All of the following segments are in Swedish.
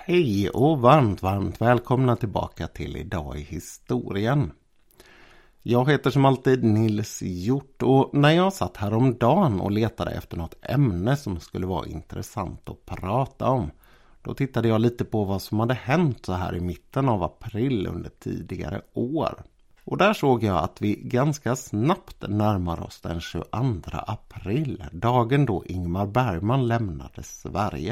Hej och varmt välkomna tillbaka till Idag i historien. Jag heter som alltid Nils Hjort och när jag satt häromdagen och letade efter något ämne som skulle vara intressant att prata om, då tittade jag lite på vad som hade hänt så här i mitten av april under tidigare år. Och där såg jag att vi ganska snabbt närmar oss den 22 april, dagen då Ingmar Bergman lämnade Sverige.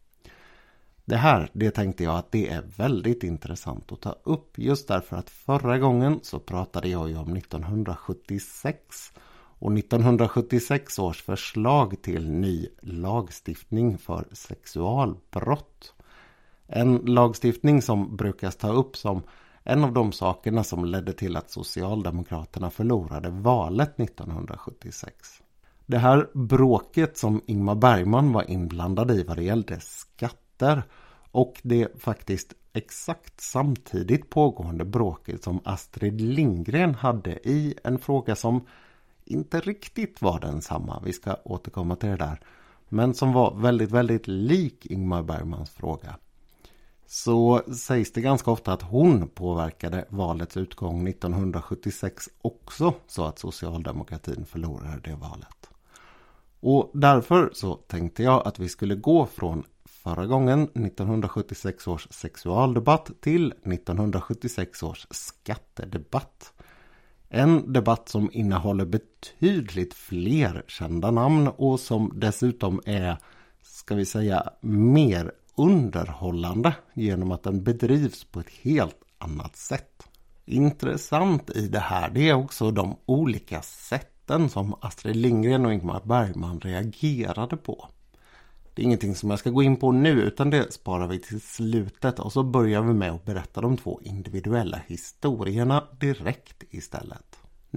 Det tänkte jag att det är väldigt intressant att ta upp just därför att förra gången så pratade jag ju om 1976 och 1976 års förslag till ny lagstiftning för sexualbrott. En lagstiftning som brukas ta upp som en av de sakerna som ledde till att Socialdemokraterna förlorade valet 1976. Det här bråket som Ingmar Bergman var inblandad i vad det gällde skatter och det faktiskt exakt samtidigt pågående bråket som Astrid Lindgren hade i en fråga som inte riktigt var densamma. Vi ska återkomma till det där. Men som var väldigt lik Ingmar Bergmans fråga. Så sägs det ganska ofta att hon påverkade valets utgång 1976 också så att socialdemokratin förlorade det valet. Och därför så tänkte jag att vi skulle gå från förra gången 1976 års sexualdebatt till 1976 års skattedebatt. En debatt som innehåller betydligt fler kända namn och som dessutom är, ska vi säga, mer underhållande genom att den bedrivs på ett helt annat sätt. Intressant i det här det är också de olika sätten som Astrid Lindgren och Ingmar Bergman reagerade på. Det är ingenting som jag ska gå in på nu utan det sparar vi till slutet och så börjar vi med att berätta de två individuella historierna direkt istället.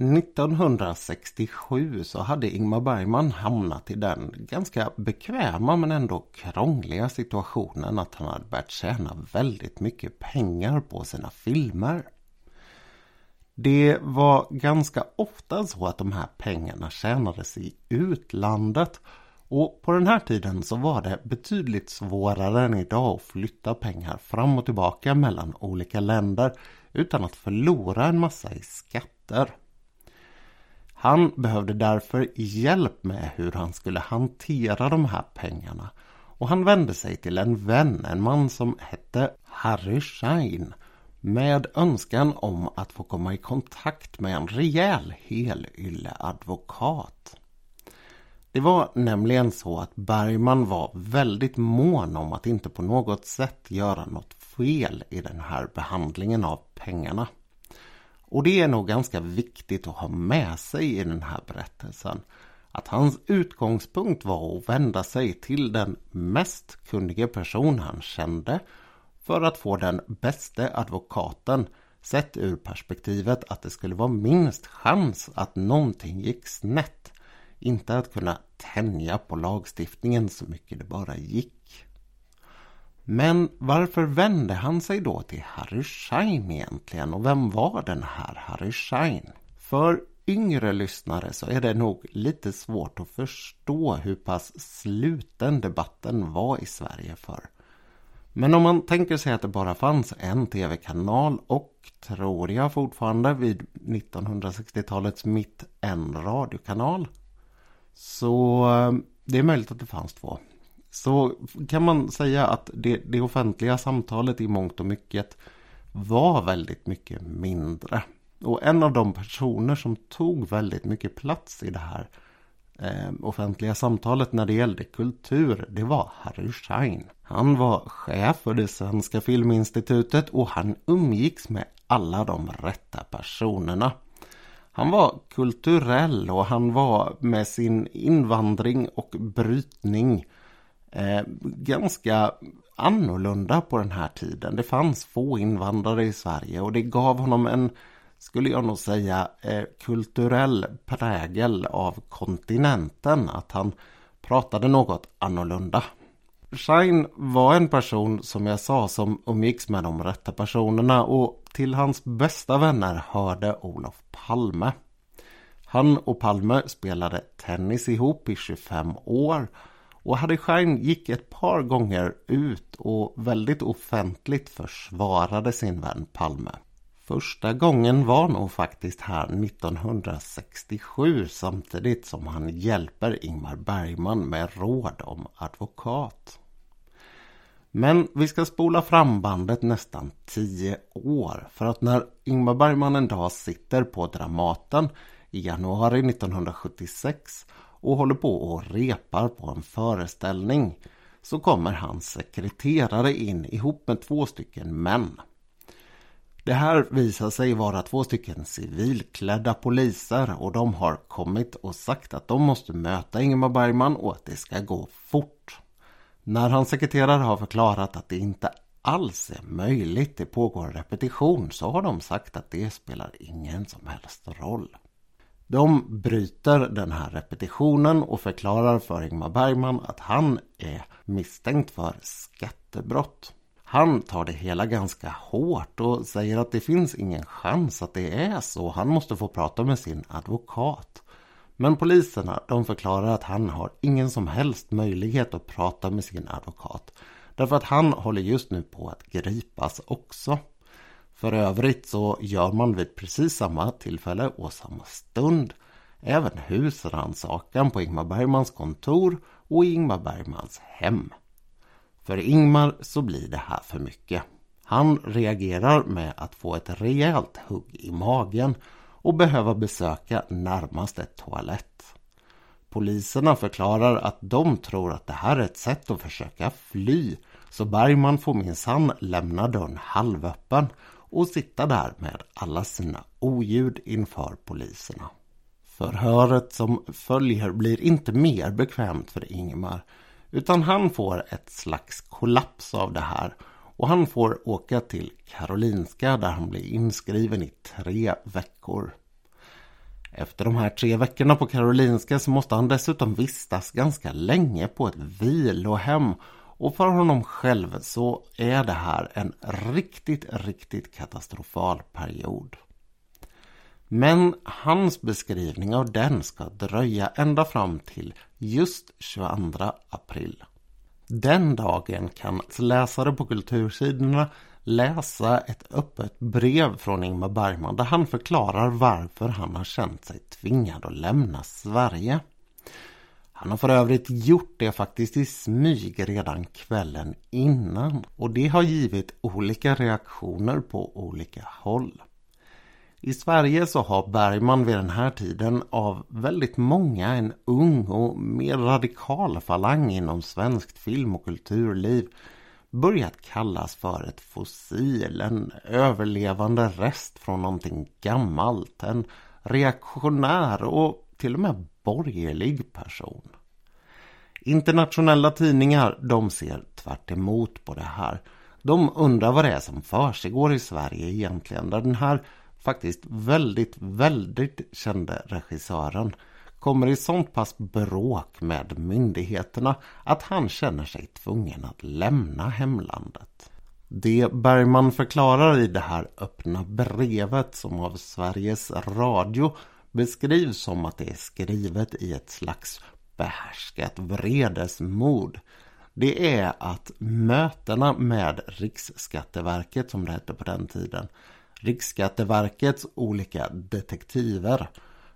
1967 så hade Ingmar Bergman hamnat i den ganska bekväma men ändå krångliga situationen att han hade börjat tjäna väldigt mycket pengar på sina filmer. Det var ganska ofta så att de här pengarna tjänades i utlandet. Och på den här tiden så var det betydligt svårare än idag att flytta pengar fram och tillbaka mellan olika länder utan att förlora en massa i skatter. Han behövde därför hjälp med hur han skulle hantera de här pengarna. Och han vände sig till en vän, en man som hette Harry Schein, med önskan om att få komma i kontakt med en rejäl helylle-advokat. Det var nämligen så att Bergman var väldigt mån om att inte på något sätt göra något fel i den här behandlingen av pengarna. Och det är nog ganska viktigt att ha med sig i den här berättelsen. Att hans utgångspunkt var att vända sig till den mest kunniga person han kände för att få den bästa advokaten sett ur perspektivet att det skulle vara minst chans att någonting gick snett. Inte att kunna tänja på lagstiftningen så mycket det bara gick. Men varför vände han sig då till Harry Schein egentligen? Och vem var den här Harry Schein? För yngre lyssnare så är det nog lite svårt att förstå hur pass sluten debatten var i Sverige för. Men om man tänker sig att det bara fanns en tv-kanal och, tror jag fortfarande vid 1960-talets mitt, en radiokanal. Så det är möjligt att det fanns två. Så kan man säga att det offentliga samtalet i mångt och mycket var väldigt mycket mindre. Och en av de personer som tog väldigt mycket plats i det här offentliga samtalet när det gällde kultur, det var Harry Schein. Han var chef för det Svenska Filminstitutet och han umgicks med alla de rätta personerna. Han var kulturell och han var med sin invandring och brytning ganska annorlunda på den här tiden. Det fanns få invandrare i Sverige och det gav honom en, skulle jag nog säga, kulturell prägel av kontinenten. Att han pratade något annorlunda. Schein var en person, som jag sa, som umgicks med de rätta personerna och till hans bästa vänner hörde Olof Palme. Han och Palme spelade tennis ihop i 25 år Och Harry Schein gick ett par gånger ut och väldigt offentligt försvarade sin vän Palme. Första gången var nog faktiskt här 1967, samtidigt som han hjälper Ingmar Bergman med råd om advokat. Men vi ska spola fram bandet nästan 10 år, för att när Ingmar Bergman en dag sitter på Dramaten i januari 1976 och håller på och repar på en föreställning, så kommer hans sekreterare in ihop med 2 stycken män. Det här visar sig vara 2 stycken civilklädda poliser, och de har kommit och sagt att de måste möta Ingmar Bergman och att det ska gå fort. När hans sekreterare har förklarat att det inte alls är möjligt, det pågår repetition, så har de sagt att det spelar ingen som helst roll. De bryter den här repetitionen och förklarar för Ingmar Bergman att han är misstänkt för skattebrott. Han tar det hela ganska hårt och säger att det finns ingen chans att det är så. Han måste få prata med sin advokat. Men poliserna, de förklarar att han har ingen som helst möjlighet att prata med sin advokat. Därför att han håller just nu på att gripas också. För övrigt så gör man vid precis samma tillfälle och samma stund även husrannsakan på Ingmar Bergmans kontor och Ingmar Bergmans hem. För Ingmar så blir det här för mycket. Han reagerar med att få ett rejält hugg i magen och behöva besöka närmaste toalett. Poliserna förklarar att de tror att det här är ett sätt att försöka fly, så Bergman får minsann lämna dörren halvöppen och sitta där med alla sina oljud inför poliserna. Förhöret som följer blir inte mer bekvämt för Ingmar, utan han får ett slags kollaps av det här och han får åka till Karolinska där han blir inskriven i 3 veckor. Efter de här 3 veckorna på Karolinska så måste han dessutom vistas ganska länge på ett vilohem, och för honom själv så är det här en riktigt katastrofal period. Men hans beskrivning av den ska dröja ända fram till just 22 april. Den dagen kan läsare på kultursidorna läsa ett öppet brev från Ingmar Bergman där han förklarar varför han har känt sig tvingad att lämna Sverige. Han har för övrigt gjort det faktiskt i smyg redan kvällen innan, och det har givit olika reaktioner på olika håll. I Sverige så har Bergman vid den här tiden av väldigt många en ung och mer radikal falang inom svenskt film- och kulturliv börjat kallas för ett fossil, en överlevande rest från någonting gammalt, en reaktionär och till och med borgerlig person. Internationella tidningar, de ser tvärt emot på det här. De undrar vad det är som försiggår i Sverige egentligen, där den här faktiskt väldigt kände regissören kommer i sånt pass bråk med myndigheterna att han känner sig tvungen att lämna hemlandet. Det Bergman förklarar i det här öppna brevet, som av Sveriges Radio beskrivs som att det är skrivet i ett slags behärskat vredesmod, det är att mötena med Riksskatteverket, som det hette på den tiden, Riksskatteverkets olika detektiver,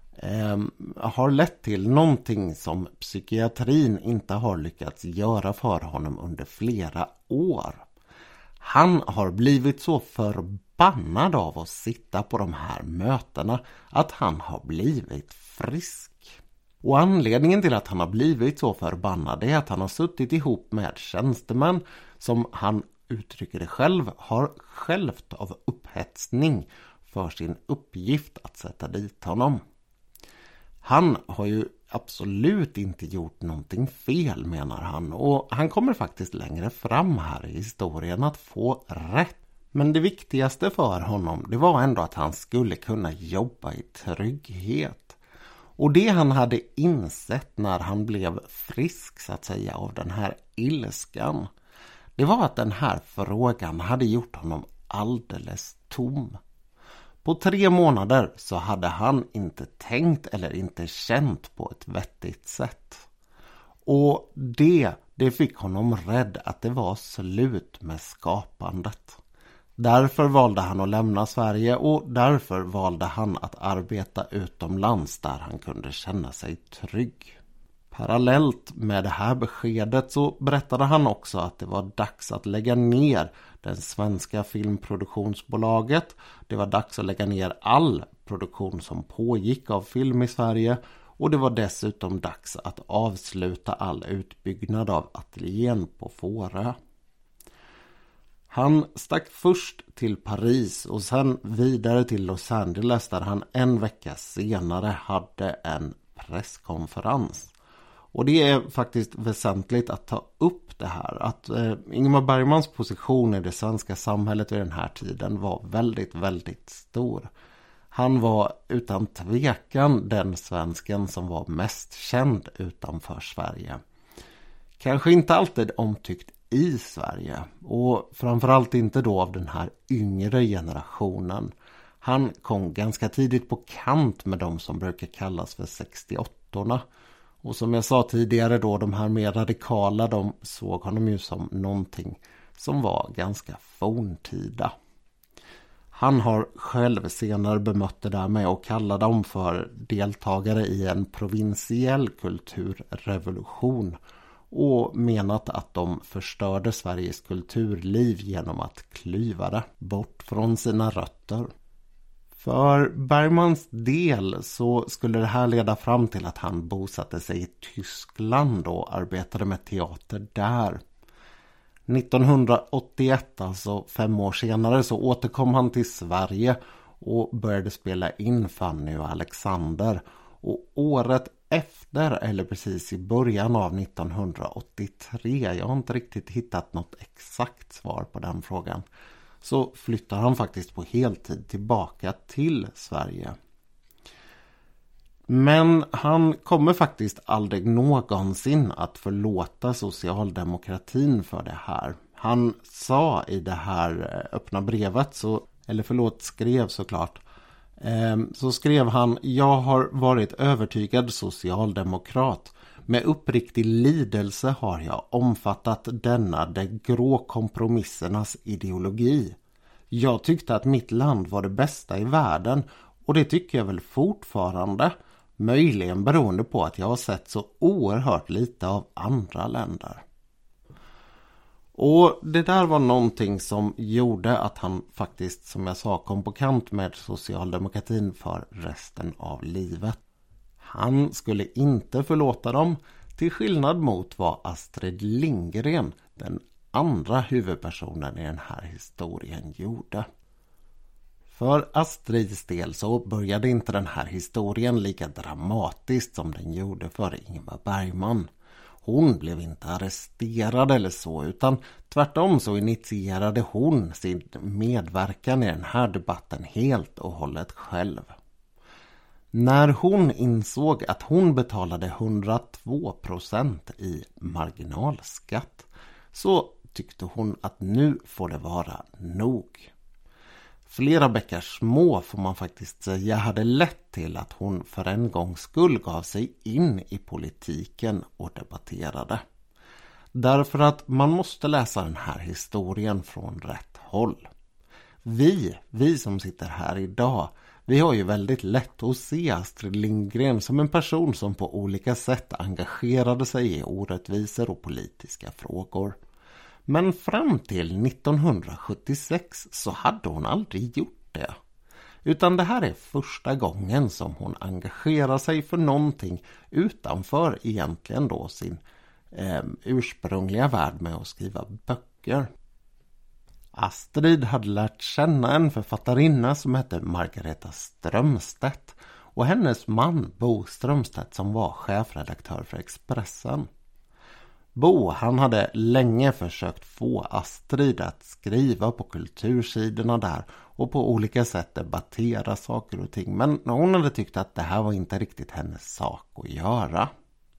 har lett till någonting som psykiatrin inte har lyckats göra för honom under flera år. Han har blivit så förbannad av att sitta på de här mötena att han har blivit frisk. Och anledningen till att han har blivit så förbannad är att han har suttit ihop med tjänstemän som han uttrycker det själv har skälvt av upphetsning för sin uppgift att sätta dit honom. Han har ju absolut inte gjort någonting fel, menar han, och han kommer faktiskt längre fram här i historien att få rätt. Men det viktigaste för honom, det var ändå att han skulle kunna jobba i trygghet. Och det han hade insett när han blev frisk, så att säga, av den här ilskan, det var att den här frågan hade gjort honom alldeles tom. På 3 månader så hade han inte tänkt eller inte känt på ett vettigt sätt. Och det fick honom rädd att det var slut med skapandet. Därför valde han att lämna Sverige och därför valde han att arbeta utomlands där han kunde känna sig trygg. Parallellt med det här beskedet så berättade han också att det var dags att lägga ner det svenska filmproduktionsbolaget. Det var dags att lägga ner all produktion som pågick av film i Sverige. Och det var dessutom dags att avsluta all utbyggnad av ateljén på Fårö. Han stack först till Paris och sen vidare till Los Angeles där han en vecka senare hade en presskonferens. Och det är faktiskt väsentligt att ta upp det här. Att Ingmar Bergmans position i det svenska samhället vid den här tiden var väldigt, väldigt stor. Han var utan tvekan den svensken som var mest känd utanför Sverige. Kanske inte alltid omtyckt i Sverige och framförallt inte då av den här yngre generationen. Han kom ganska tidigt på kant med de som brukar kallas för 68-orna. Och som jag sa tidigare då, de här mer radikala, de såg honom ju som någonting som var ganska forntida. Han har själv senare bemött det där med att kalla dem för deltagare i en provinsiell kulturrevolution och menat att de förstörde Sveriges kulturliv genom att klyva det bort från sina rötter. För Bergmans del så skulle det här leda fram till att han bosatte sig i Tyskland och arbetade med teater där. 1981, alltså 5 år senare, så återkom han till Sverige och började spela in Fanny och Alexander. Och året efter, eller precis i början av 1983, jag har inte riktigt hittat något exakt svar på den frågan, så flyttar han faktiskt på heltid tillbaka till Sverige. Men han kommer faktiskt aldrig någonsin att förlåta socialdemokratin för det här. Han sa i det här öppna brevet, skrev såklart. Så skrev han: jag har varit övertygad socialdemokrat. Med uppriktig lidelse har jag omfattat denna de grå kompromissernas ideologi. Jag tyckte att mitt land var det bästa i världen och det tycker jag väl fortfarande. Möjligen beroende på att jag har sett så oerhört lite av andra länder. Och det där var någonting som gjorde att han faktiskt, som jag sa, kom på kant med socialdemokratin för resten av livet. Han skulle inte förlåta dem, till skillnad mot vad Astrid Lindgren, den andra huvudpersonen i den här historien, gjorde. För Astrids del så började inte den här historien lika dramatiskt som den gjorde för Ingmar Bergman. Hon blev inte arresterad eller så, utan tvärtom så initierade hon sin medverkan i den här debatten helt och hållet själv. När hon insåg att hon betalade 102% i marginalskatt så tyckte hon att nu får det vara nog. Flera bäckar små, får man faktiskt säga, hade lett till att hon för en gångs skull gav sig in i politiken och debatterade. Därför att man måste läsa den här historien från rätt håll. Vi som sitter här idag, vi har ju väldigt lätt att se Astrid Lindgren som en person som på olika sätt engagerade sig i orättvisor och politiska frågor. Men fram till 1976 så hade hon aldrig gjort det. Utan det här är första gången som hon engagerar sig för någonting utanför egentligen då sin ursprungliga värld med att skriva böcker. Astrid hade lärt känna en författarinna som hette Margareta Strömstedt och hennes man Bo Strömstedt som var chefredaktör för Expressen. Bo, han hade länge försökt få Astrid att skriva på kultursidorna där och på olika sätt debattera saker och ting. Men hon hade tyckt att det här var inte riktigt hennes sak att göra.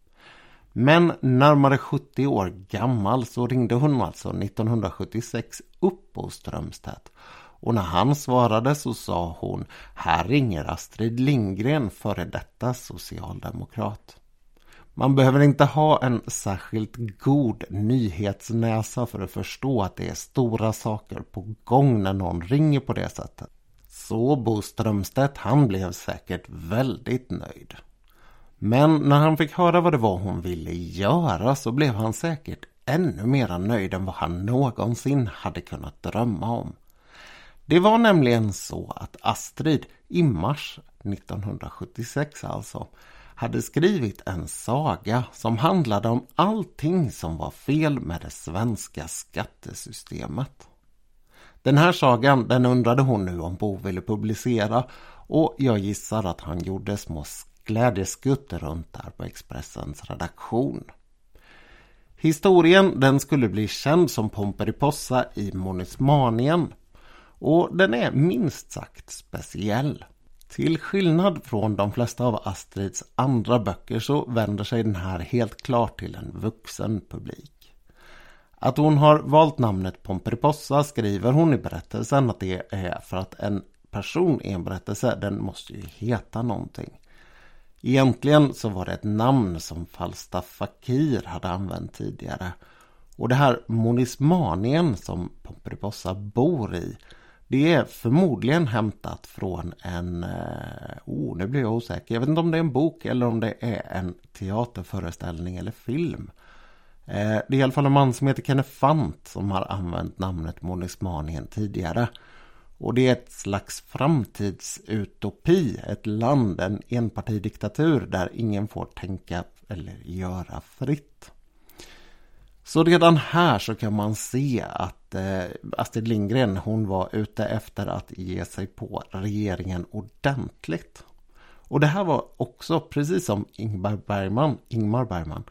Men närmare 70 år gammal så ringde hon alltså 1976 upp på Strömstedt. Och när han svarade så sa hon: här ringer Astrid Lindgren, före detta socialdemokrat. Man behöver inte ha en särskilt god nyhetsnäsa för att förstå att det är stora saker på gång när någon ringer på det sättet. Så Bo Strömstedt, han blev säkert väldigt nöjd. Men när han fick höra vad det var hon ville göra så blev han säkert ännu mer nöjd än vad han någonsin hade kunnat drömma om. Det var nämligen så att Astrid i mars 1976 alltså hade skrivit en saga som handlade om allting som var fel med det svenska skattesystemet. Den här sagan, den undrade hon nu om Bo ville publicera, och jag gissar att han gjorde små glädjeskutt runt där på Expressens redaktion. Historien, den skulle bli känd som Pomperipossa i Monismanien, och den är minst sagt speciell. Till skillnad från de flesta av Astrids andra böcker så vänder sig den här helt klart till en vuxen publik. Att hon har valt namnet Pomperipossa skriver hon i berättelsen att det är för att en person i en berättelse, den måste ju heta någonting. Egentligen så var det ett namn som Falstaff Fakir hade använt tidigare. Och det här Monismanien som Pomperipossa bor i, det är förmodligen hämtat från en, nu blir jag osäker. Jag vet inte om det är en bok eller om det är en teaterföreställning eller film. Det är i alla fall en man som heter Kenneth Fant som har använt namnet Monismanien tidigare. Och det är ett slags framtidsutopi, ett land, en enpartidiktatur där ingen får tänka eller göra fritt. Så redan här så kan man se att Astrid Lindgren, hon var ute efter att ge sig på regeringen ordentligt. Och det här var också, precis som Ingmar Bergman,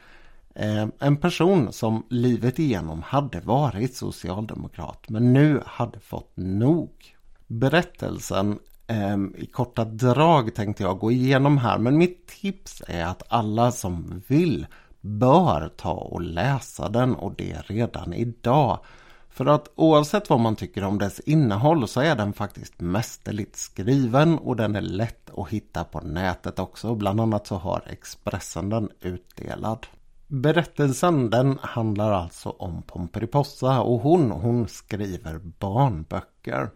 en person som livet igenom hade varit socialdemokrat men nu hade fått nog. Berättelsen i korta drag tänkte jag gå igenom här, men mitt tips är att alla som vill bör ta och läsa den, och det redan idag. För att oavsett vad man tycker om dess innehåll så är den faktiskt mästerligt skriven, och den är lätt att hitta på nätet också. Bland annat så har Expressen den utdelad. Berättelsen, den handlar alltså om Pomperipossa, och hon skriver barnböcker.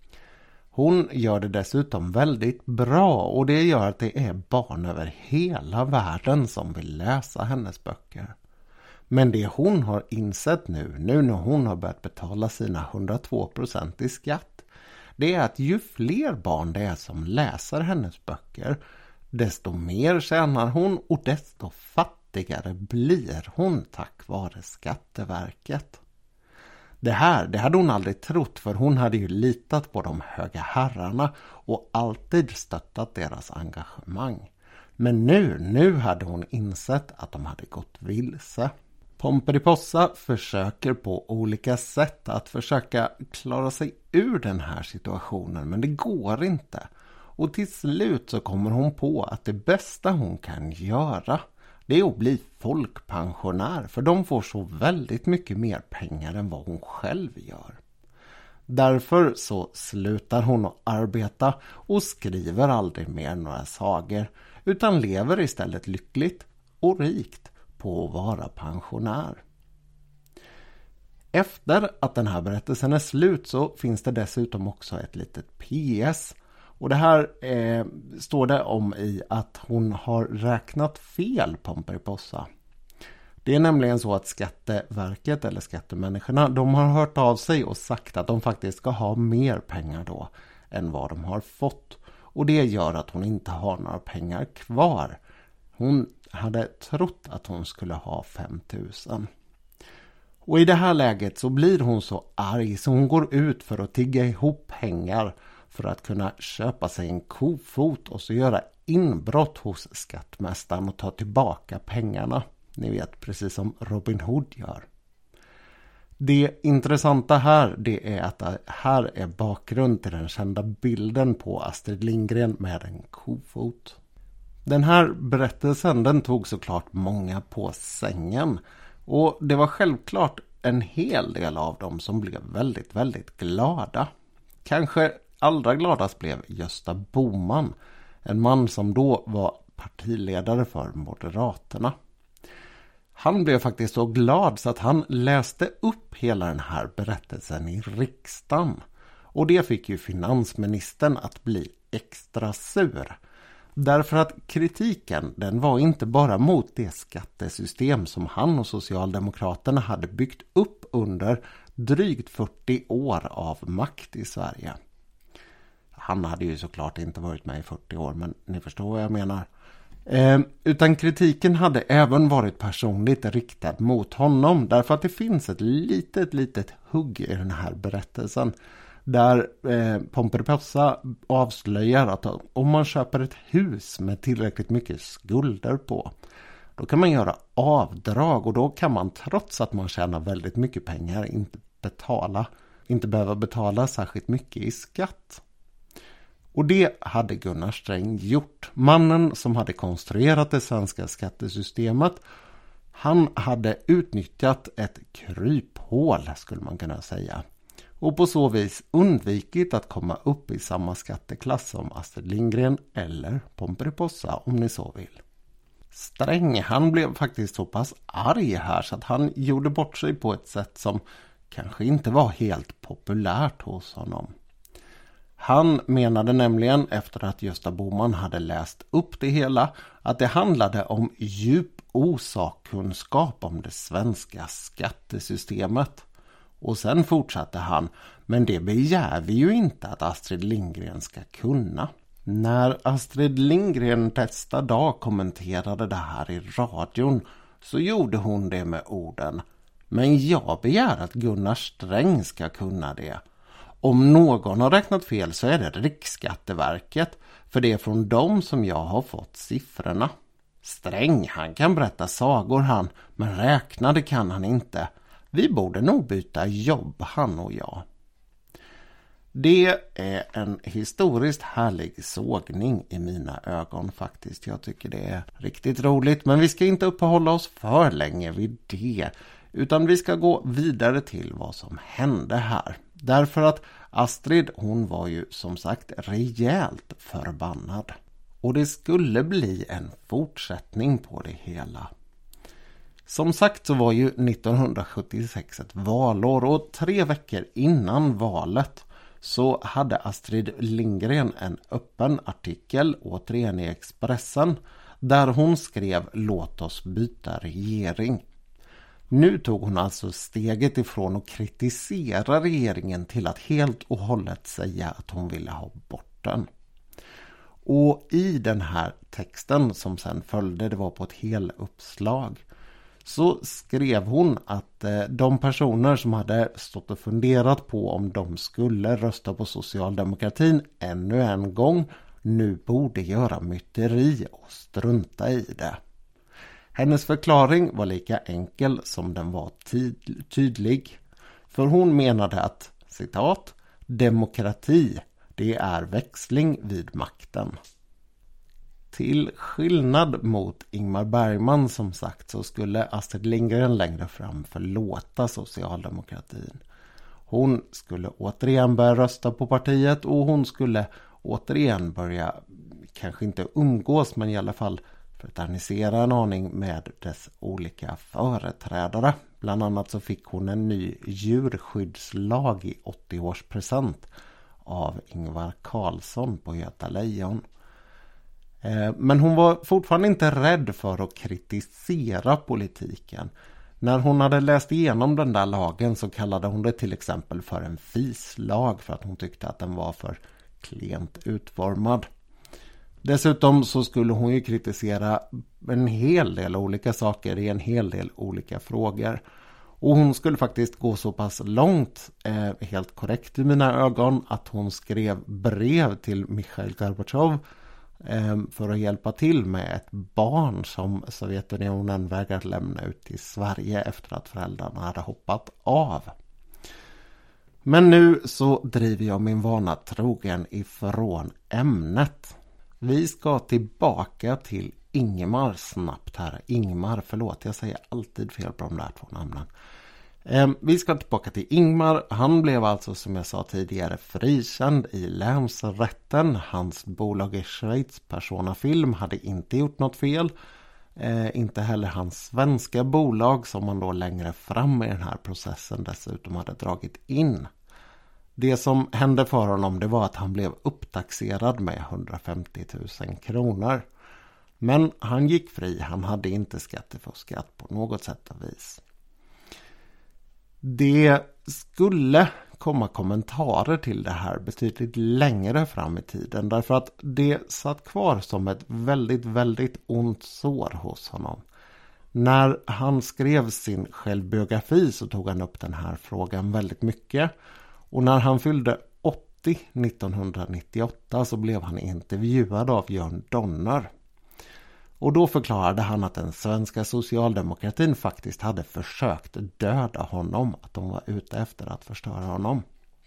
Hon gör det dessutom väldigt bra, och det gör att det är barn över hela världen som vill läsa hennes böcker. Men det hon har insett nu när hon har börjat betala sina 102% i skatt, det är att ju fler barn det är som läser hennes böcker, desto mer tjänar hon och desto fattigare blir hon tack vare Skatteverket. Det hade hon aldrig trott, för hon hade ju litat på de höga herrarna och alltid stöttat deras engagemang. Men nu hade hon insett att de hade gått vilse. Pomperipossa försöker på olika sätt att försöka klara sig ur den här situationen, men det går inte. Och till slut så kommer hon på att det bästa hon kan göra, det är att bli folkpensionär, för de får så väldigt mycket mer pengar än vad hon själv gör. Därför så slutar hon att arbeta och skriver aldrig mer några sagor, utan lever istället lyckligt och rikt på att vara pensionär. Efter att den här berättelsen är slut så finns det dessutom också ett litet PS. Och det här står det om i att hon har räknat fel, Pomperipossa. Det är nämligen så att Skatteverket eller skattemänniskorna, de har hört av sig och sagt att de faktiskt ska ha mer pengar då än vad de har fått. Och det gör att hon inte har några pengar kvar. Hon hade trott att hon skulle ha 5 000. Och i det här läget så blir hon så arg så hon går ut för att tigga ihop pengar för att kunna köpa sig en kofot och så göra inbrott hos skattmästaren och ta tillbaka pengarna. Ni vet, precis som Robin Hood gör. Det intressanta här, det är att här är bakgrund till den kända bilden på Astrid Lindgren med en kofot. Den här berättelsen, den tog såklart många på sängen. Och det var självklart en hel del av dem som blev väldigt, väldigt glada. Kanske allra gladast blev Gösta Bohman, en man som då var partiledare för Moderaterna. Han blev faktiskt så glad så att han läste upp hela den här berättelsen i riksdagen. Och det fick ju finansministern att bli extra sur. Därför att kritiken, den var inte bara mot det skattesystem som han och Socialdemokraterna hade byggt upp under drygt 40 år av makt i Sverige. Han hade ju såklart inte varit med i 40 år, men ni förstår vad jag menar. Utan kritiken hade även varit personligt riktad mot honom, därför att det finns ett litet hugg i den här berättelsen där Pomperipossa avslöjar att om man köper ett hus med tillräckligt mycket skulder på, då kan man göra avdrag och då kan man, trots att man tjänar väldigt mycket pengar, inte behöva betala särskilt mycket i skatt. Och det hade Gunnar Sträng gjort. Mannen som hade konstruerat det svenska skattesystemet, han hade utnyttjat ett kryphål, skulle man kunna säga. Och på så vis undvikit att komma upp i samma skatteklass som Astrid Lindgren eller Pomperipossa, om ni så vill. Sträng, han blev faktiskt så pass arg här så att han gjorde bort sig på ett sätt som kanske inte var helt populärt hos honom. Han menade nämligen, efter att Gösta Bohman hade läst upp det hela, att det handlade om djup osakkunskap om det svenska skattesystemet. Och sen fortsatte han, men det begär vi ju inte att Astrid Lindgren ska kunna. När Astrid Lindgren nästa dag kommenterade det här i radion så gjorde hon det med orden: men jag begär att Gunnar Sträng ska kunna det. Om någon har räknat fel så är det Riksskatteverket, för det är från dem som jag har fått siffrorna. Sträng, han kan berätta sagor han, men räkna det kan han inte. Vi borde nog byta jobb, han och jag. Det är en historiskt härlig sågning i mina ögon faktiskt. Jag tycker det är riktigt roligt, men vi ska inte uppehålla oss för länge vid det. Utan vi ska gå vidare till vad som hände här. Därför att Astrid, hon var ju som sagt rejält förbannad. Och det skulle bli en fortsättning på det hela. Som sagt så var ju 1976 ett valår, och 3 veckor innan valet så hade Astrid Lindgren en öppen artikel, återigen i Expressen, där hon skrev "Låt oss byta regering". Nu tog hon alltså steget ifrån att kritisera regeringen till att helt och hållet säga att hon ville ha bort den. Och i den här texten som sen följde, det var på ett hel uppslag, så skrev hon att de personer som hade stått och funderat på om de skulle rösta på socialdemokratin ännu en gång nu borde göra myteri och strunta i det. Hennes förklaring var lika enkel som den var tydlig. För hon menade att, citat, demokrati, det är växling vid makten. Till skillnad mot Ingmar Bergman som sagt så skulle Astrid Lindgren längre fram förlåta socialdemokratin. Hon skulle återigen börja rösta på partiet och hon skulle återigen börja, kanske inte umgås men i alla fall fraternisera en aning med dess olika företrädare. Bland annat så fick hon en ny djurskyddslag i 80-årspresent av Ingvar Carlsson på Göta Lejon. Men hon var fortfarande inte rädd för att kritisera politiken. När hon hade läst igenom den där lagen så kallade hon det till exempel för en fislag för att hon tyckte att den var för klent utformad. Dessutom så skulle hon ju kritisera en hel del olika saker i en hel del olika frågor. Och hon skulle faktiskt gå så pass långt, helt korrekt i mina ögon, att hon skrev brev till Mikhail Gorbatjov för att hjälpa till med ett barn som Sovjetunionen vägrade lämna ut till Sverige efter att föräldrarna hade hoppat av. Men nu så driver jag min vana trogen ifrån ämnet. Vi ska tillbaka till Ingmar snabbt här. Ingmar, förlåt, jag säger alltid fel på de där 2 namnen. Vi ska tillbaka till Ingmar. Han blev alltså, som jag sa tidigare, frikänd i länsrätten. Hans bolag i Schweiz, Persona Film, hade inte gjort något fel. Inte heller hans svenska bolag som man då längre fram i den här processen dessutom hade dragit in. Det som hände för honom, det var att han blev upptaxerad med 150 000 kronor. Men han gick fri, han hade inte skattefuskat på något sätt och vis. Det skulle komma kommentarer till det här betydligt längre fram i tiden. Därför att det satt kvar som ett väldigt, väldigt ont sår hos honom. När han skrev sin självbiografi så tog han upp den här frågan väldigt mycket. Och när han fyllde 80 1998 så blev han intervjuad av Jörn Donner. Och då förklarade han att den svenska socialdemokratin faktiskt hade försökt döda honom. Att de var ute efter att förstöra honom.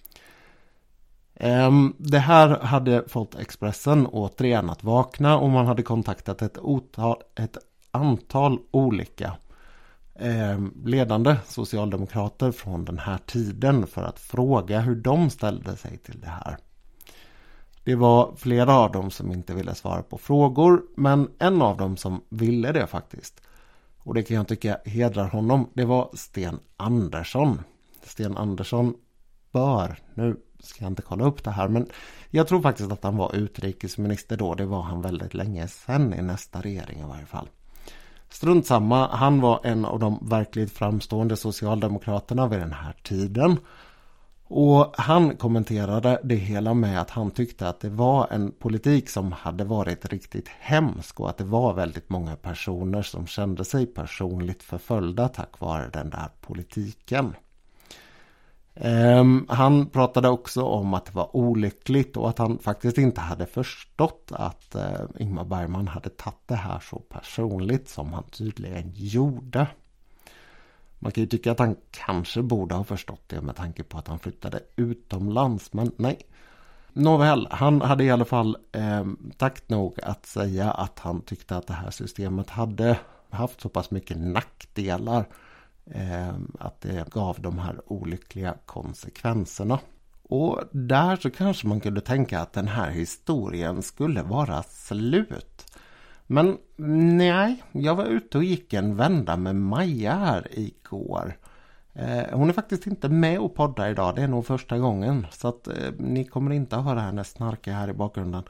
Det här hade fått Expressen återigen att vakna och man hade kontaktat ett antal olika ledande socialdemokrater från den här tiden för att fråga hur de ställde sig till det här. Det var flera av dem som inte ville svara på frågor, men en av dem som ville det faktiskt. Och det kan jag tycka hedrar honom, det var Sten Andersson. Sten Andersson nu ska jag inte kolla upp det här, men jag tror faktiskt att han var utrikesminister då. Det var han väldigt länge sedan i nästa regering i varje fall. Strunt samma, han var en av de verkligt framstående socialdemokraterna vid den här tiden. Och han kommenterade det hela med att han tyckte att det var en politik som hade varit riktigt hemsk och att det var väldigt många personer som kände sig personligt förföljda tack vare den där politiken. Han pratade också om att det var olyckligt och att han faktiskt inte hade förstått att Ingmar Bergman hade tagit det här så personligt som han tydligen gjorde. Man kan ju tycka att han kanske borde ha förstått det med tanke på att han flyttade utomlands, men nej. Nåväl, han hade i alla fall takt nog att säga att han tyckte att det här systemet hade haft så pass mycket nackdelar att det gav de här olyckliga konsekvenserna. Och där så kanske man kunde tänka att den här historien skulle vara slut. Men nej, jag var ute och gick en vända med Maja här igår. Hon är faktiskt inte med och poddar idag, det är nog första gången. Så att ni kommer inte att höra henne snarka här i bakgrunden.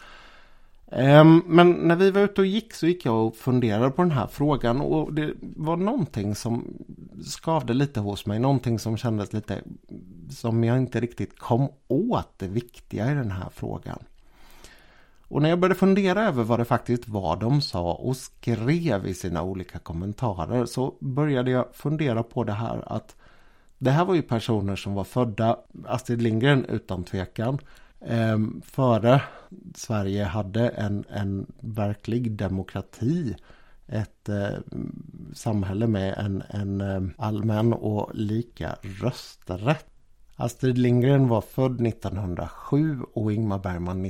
Men när vi var ute och gick så gick jag och funderade på den här frågan. Och det var någonting som skavde lite hos mig. Någonting som kändes lite som jag inte riktigt kom åt det viktiga i den här frågan. Och när jag började fundera över vad det faktiskt var de sa och skrev i sina olika kommentarer så började jag fundera på det här att det här var ju personer som var födda, Astrid Lindgren utan tvekan, före Sverige hade en verklig demokrati, ett samhälle med en allmän och lika rösträtt. Astrid Lindgren var född 1907 och Ingmar Bergman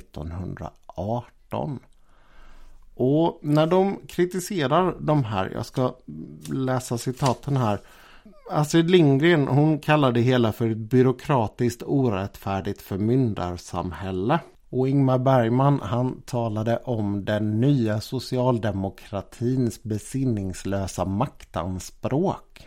1918. Och när de kritiserar de här, jag ska läsa citaten här. Astrid Lindgren, hon kallade det hela för ett byråkratiskt orättfärdigt förmyndarsamhälle. Och Ingmar Bergman, han talade om den nya socialdemokratins besinningslösa maktanspråk.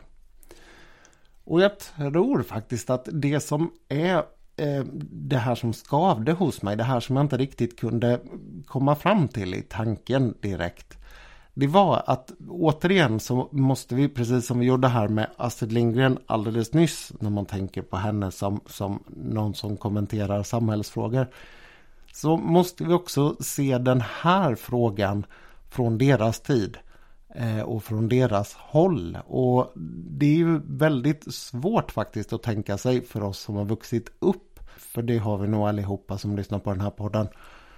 Och jag tror faktiskt att det som är det här som skavde hos mig, det här som jag inte riktigt kunde komma fram till i tanken direkt, det var att återigen så måste vi, precis som vi gjorde här med Astrid Lindgren alldeles nyss, när man tänker på henne som någon som kommenterar samhällsfrågor, så måste vi också se den här frågan från deras tid och från deras håll. Och det är ju väldigt svårt faktiskt att tänka sig för oss som har vuxit upp, för det har vi nog allihopa som lyssnar på den här podden,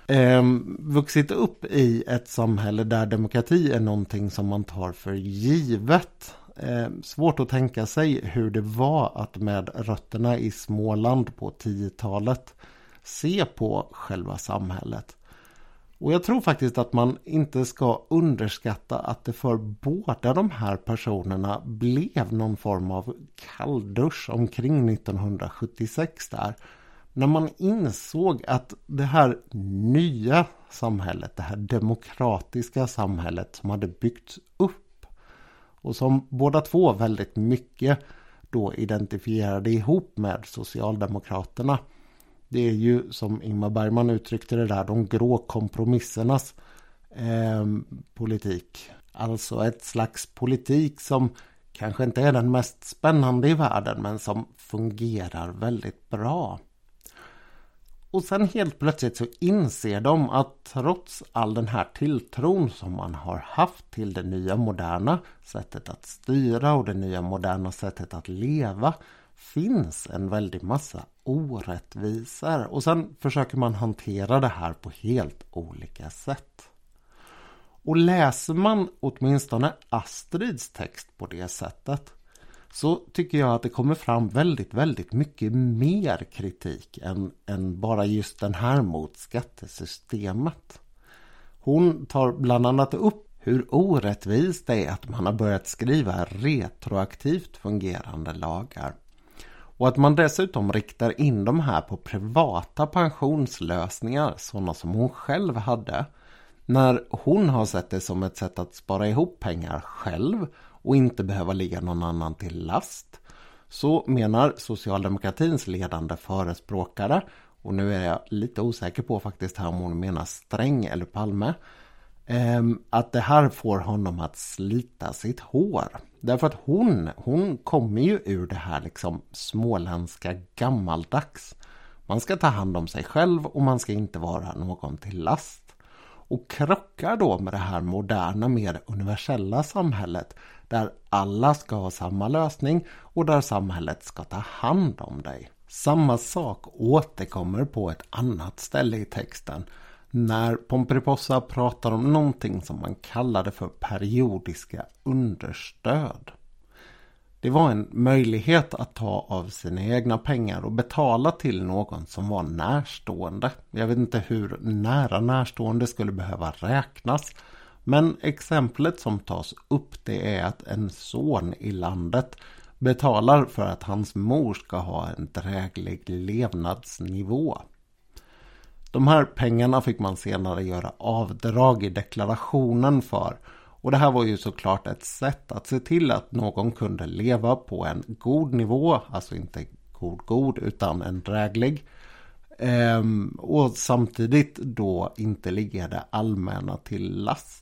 vuxit upp i ett samhälle där demokrati är någonting som man tar för givet. Svårt att tänka sig hur det var att med rötterna i Småland på 10-talet se på själva samhället. Och jag tror faktiskt att man inte ska underskatta att det för båda de här personerna blev någon form av kalldusch omkring 1976 där. När man insåg att det här nya samhället, det här demokratiska samhället som hade byggts upp och som båda två väldigt mycket då identifierade ihop med Socialdemokraterna. Det är ju som Ingmar Bergman uttryckte det där, de grå kompromissernas politik. Alltså ett slags politik som kanske inte är den mest spännande i världen men som fungerar väldigt bra. Och sen helt plötsligt så inser de att trots all den här tilltron som man har haft till det nya moderna sättet att styra och det nya moderna sättet att leva finns en väldig massa orättvisor. Och sen försöker man hantera det här på helt olika sätt. Och läser man åtminstone Astrids text på det sättet så tycker jag att det kommer fram väldigt, väldigt mycket mer kritik än bara just den här mot skattesystemet. Hon tar bland annat upp hur orättvist det är att man har börjat skriva retroaktivt fungerande lagar. Och att man dessutom riktar in de här på privata pensionslösningar, sådana som hon själv hade. När hon har sett det som ett sätt att spara ihop pengar själv och inte behöva ligga någon annan till last, så menar socialdemokratins ledande förespråkare, och nu är jag lite osäker på faktiskt här om hon menar Sträng eller Palme, att det här får honom att slita sitt hår. Därför att hon kommer ju ur det här liksom småländska gammaldags. Man ska ta hand om sig själv och man ska inte vara någon till last. Och krockar då med det här moderna, mer universella samhället där alla ska ha samma lösning och där samhället ska ta hand om dig. Samma sak återkommer på ett annat ställe i texten när Pomperipossa pratar om någonting som man kallade för periodiska understöd. Det var en möjlighet att ta av sina egna pengar och betala till någon som var närstående. Jag vet inte hur nära närstående skulle behöva räknas. Men exemplet som tas upp, det är att en son i landet betalar för att hans mor ska ha en dräglig levnadsnivå. De här pengarna fick man senare göra avdrag i deklarationen för. Och det här var ju såklart ett sätt att se till att någon kunde leva på en god nivå, alltså inte god utan en dräglig. Och samtidigt då inte ligga det allmänna till last.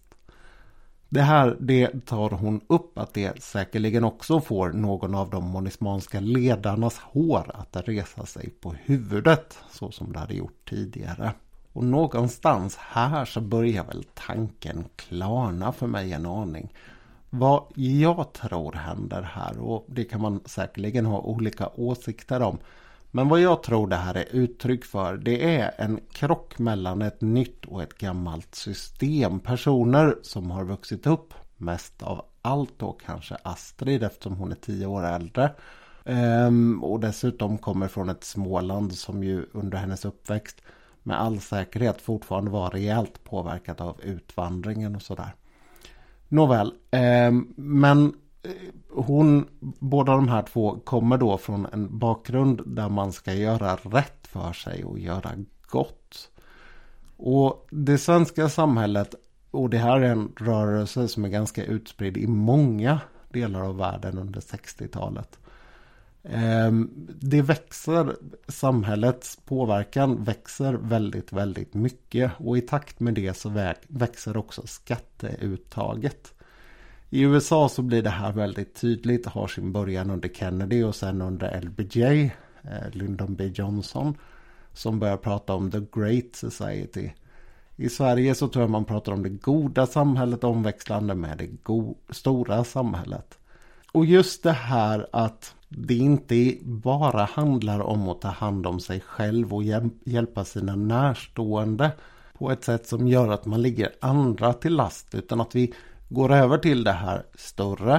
Det tar hon upp att det säkerligen också får någon av de monismanska ledarnas hår att resa sig på huvudet så som det hade gjort tidigare. Och någonstans här så börjar väl tanken klarna för mig en aning. Vad jag tror händer här, och det kan man säkerligen ha olika åsikter om. Men vad jag tror det här är uttryck för, det är en krock mellan ett nytt och ett gammalt system. Personer som har vuxit upp, mest av allt då kanske Astrid eftersom hon är 10 år äldre. Och dessutom kommer från ett Småland som ju under hennes uppväxt med all säkerhet fortfarande var rejält påverkat av utvandringen och sådär. Nåväl, men båda de här två kommer då från en bakgrund där man ska göra rätt för sig och göra gott. Och det svenska samhället, och det här är en rörelse som är ganska utspridd i många delar av världen under 60-talet. Det växer, samhällets påverkan växer väldigt, väldigt mycket, och i takt med det så växer också skatteuttaget. I USA så blir det här väldigt tydligt, har sin början under Kennedy och sen under LBJ, Lyndon B. Johnson, som börjar prata om the great society. I Sverige så tror jag man pratar om det goda samhället omväxlande med det stora samhället. Och just det här att det inte bara handlar om att ta hand om sig själv och hjälpa sina närstående på ett sätt som gör att man ligger andra till last, utan att vi går över till det här större,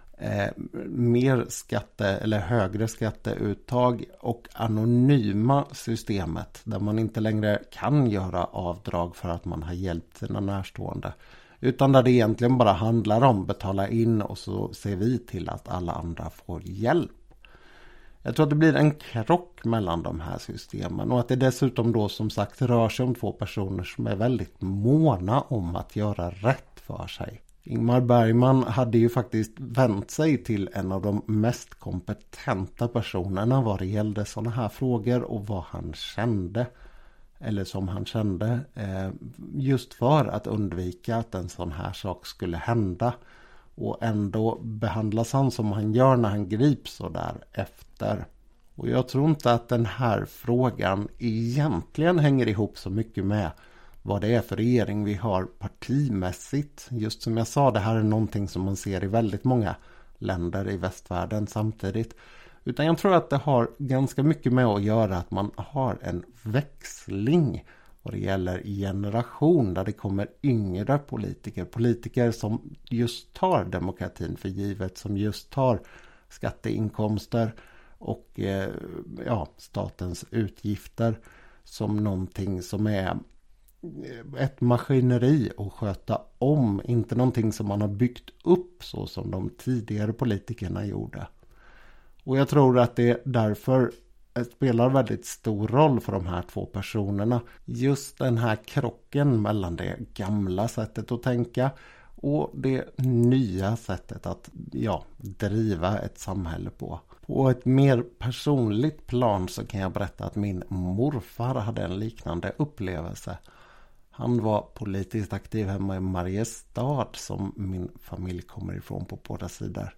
mer eller högre skatteuttag och anonyma systemet där man inte längre kan göra avdrag för att man har hjälpt sina närstående. Utan där det egentligen bara handlar om att betala in och så ser vi till att alla andra får hjälp. Jag tror att det blir en krock mellan de här systemen och att det dessutom då som sagt rör sig om två personer som är väldigt måna om att göra rätt för sig. Ingmar Bergman hade ju faktiskt vänt sig till en av de mest kompetenta personerna vad det gällde sådana här frågor och vad han kände. Eller som han kände. Just för att undvika att en sån här sak skulle hända. Och ändå behandlas han som han gör när han grips så där efter. Och jag tror inte att den här frågan egentligen hänger ihop så mycket med vad det är för regering vi har partimässigt. Just som jag sa, det här är någonting som man ser i väldigt många länder i västvärlden samtidigt. Utan jag tror att det har ganska mycket med att göra att man har en växling vad det gäller generation där det kommer yngre politiker som just tar demokratin för givet, som just tar skatteinkomster och statens utgifter som någonting som är ett maskineri att sköta om, inte någonting som man har byggt upp så som de tidigare politikerna gjorde. Och jag tror att det därför spelar väldigt stor roll för de här två personerna. Just den här krocken mellan det gamla sättet att tänka och det nya sättet att driva ett samhälle på. På ett mer personligt plan så kan jag berätta att min morfar hade en liknande upplevelse. Han var politiskt aktiv hemma i Mariestad som min familj kommer ifrån på båda sidor.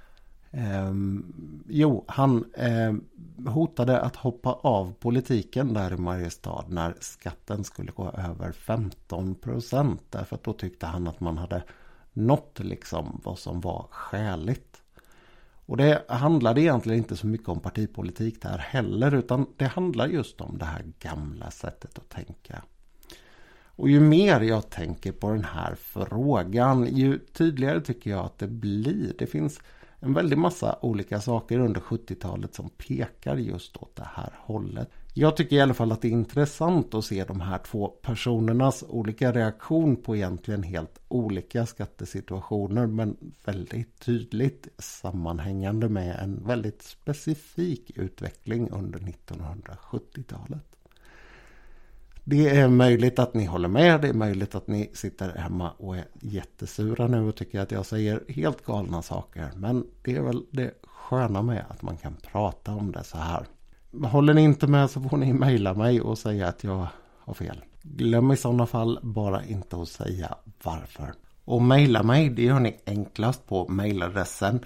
Han hotade att hoppa av politiken där i Mariestad när skatten skulle gå över 15%. Därför att då tyckte han att man hade nått liksom vad som var skäligt. Och det handlade egentligen inte så mycket om partipolitik där heller, utan det handlar just om det här gamla sättet att tänka. Och ju mer jag tänker på den här frågan, ju tydligare tycker jag att det blir. Det finns en väldigt massa olika saker under 70-talet som pekar just åt det här hållet. Jag tycker i alla fall att det är intressant att se de här två personernas olika reaktion på egentligen helt olika skattesituationer, men väldigt tydligt sammanhängande med en väldigt specifik utveckling under 1970-talet. Det är möjligt att ni håller med, det är möjligt att ni sitter hemma och är jättesura nu och tycker att jag säger helt galna saker. Men det är väl det sköna med att man kan prata om det så här. Håller ni inte med så får ni mejla mig och säga att jag har fel. Glöm i sådana fall bara inte att säga varför. Och mejla mig, det gör ni enklast på mejladressen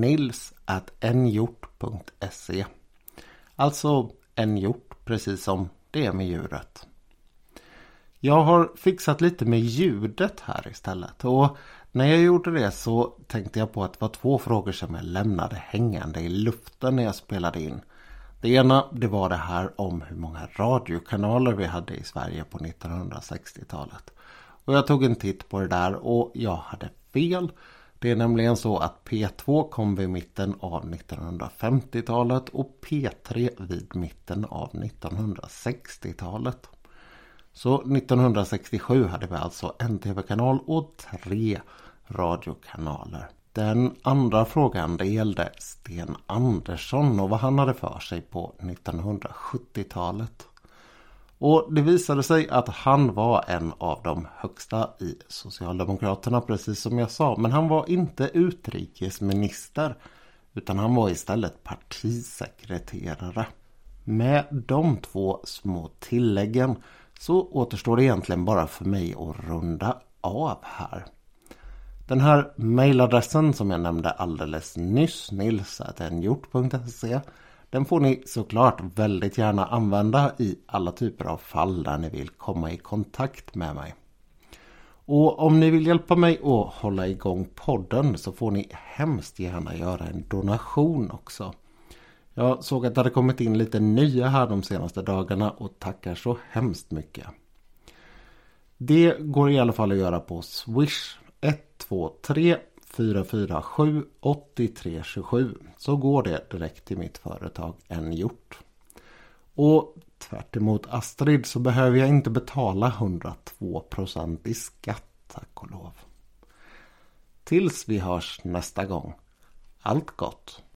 nils@nhjort.se. Alltså nhjort, precis som det är med djuret. Jag har fixat lite med ljudet här istället. Och när jag gjorde det så tänkte jag på att det var två frågor som jag lämnade hängande i luften när jag spelade in. Det ena, det var det här om hur många radiokanaler vi hade i Sverige på 1960-talet. Och jag tog en titt på det där och jag hade fel. Det är nämligen så att P2 kom vid mitten av 1950-talet och P3 vid mitten av 1960-talet. Så 1967 hade vi alltså en tv-kanal och 3 radiokanaler. Den andra frågan, det gällde Sten Andersson och vad han hade för sig på 1970-talet. Och det visade sig att han var en av de högsta i Socialdemokraterna, precis som jag sa. Men han var inte utrikesminister, utan han var istället partisekreterare. Med de 2 små tilläggen så återstår det egentligen bara för mig att runda av här. Den här mejladressen som jag nämnde alldeles nyss, nils@nhjort.se, den får ni såklart väldigt gärna använda i alla typer av fall där ni vill komma i kontakt med mig. Och om ni vill hjälpa mig att hålla igång podden så får ni hemskt gärna göra en donation också. Jag såg att det hade kommit in lite nya här de senaste dagarna och tackar så hemskt mycket. Det går i alla fall att göra på Swish 123 447 8327, så går det direkt till mitt företag nhjort. Och tvärt emot Astrid så behöver jag inte betala 102% i skatt, tack och lov. Tills vi hörs nästa gång. Allt gott!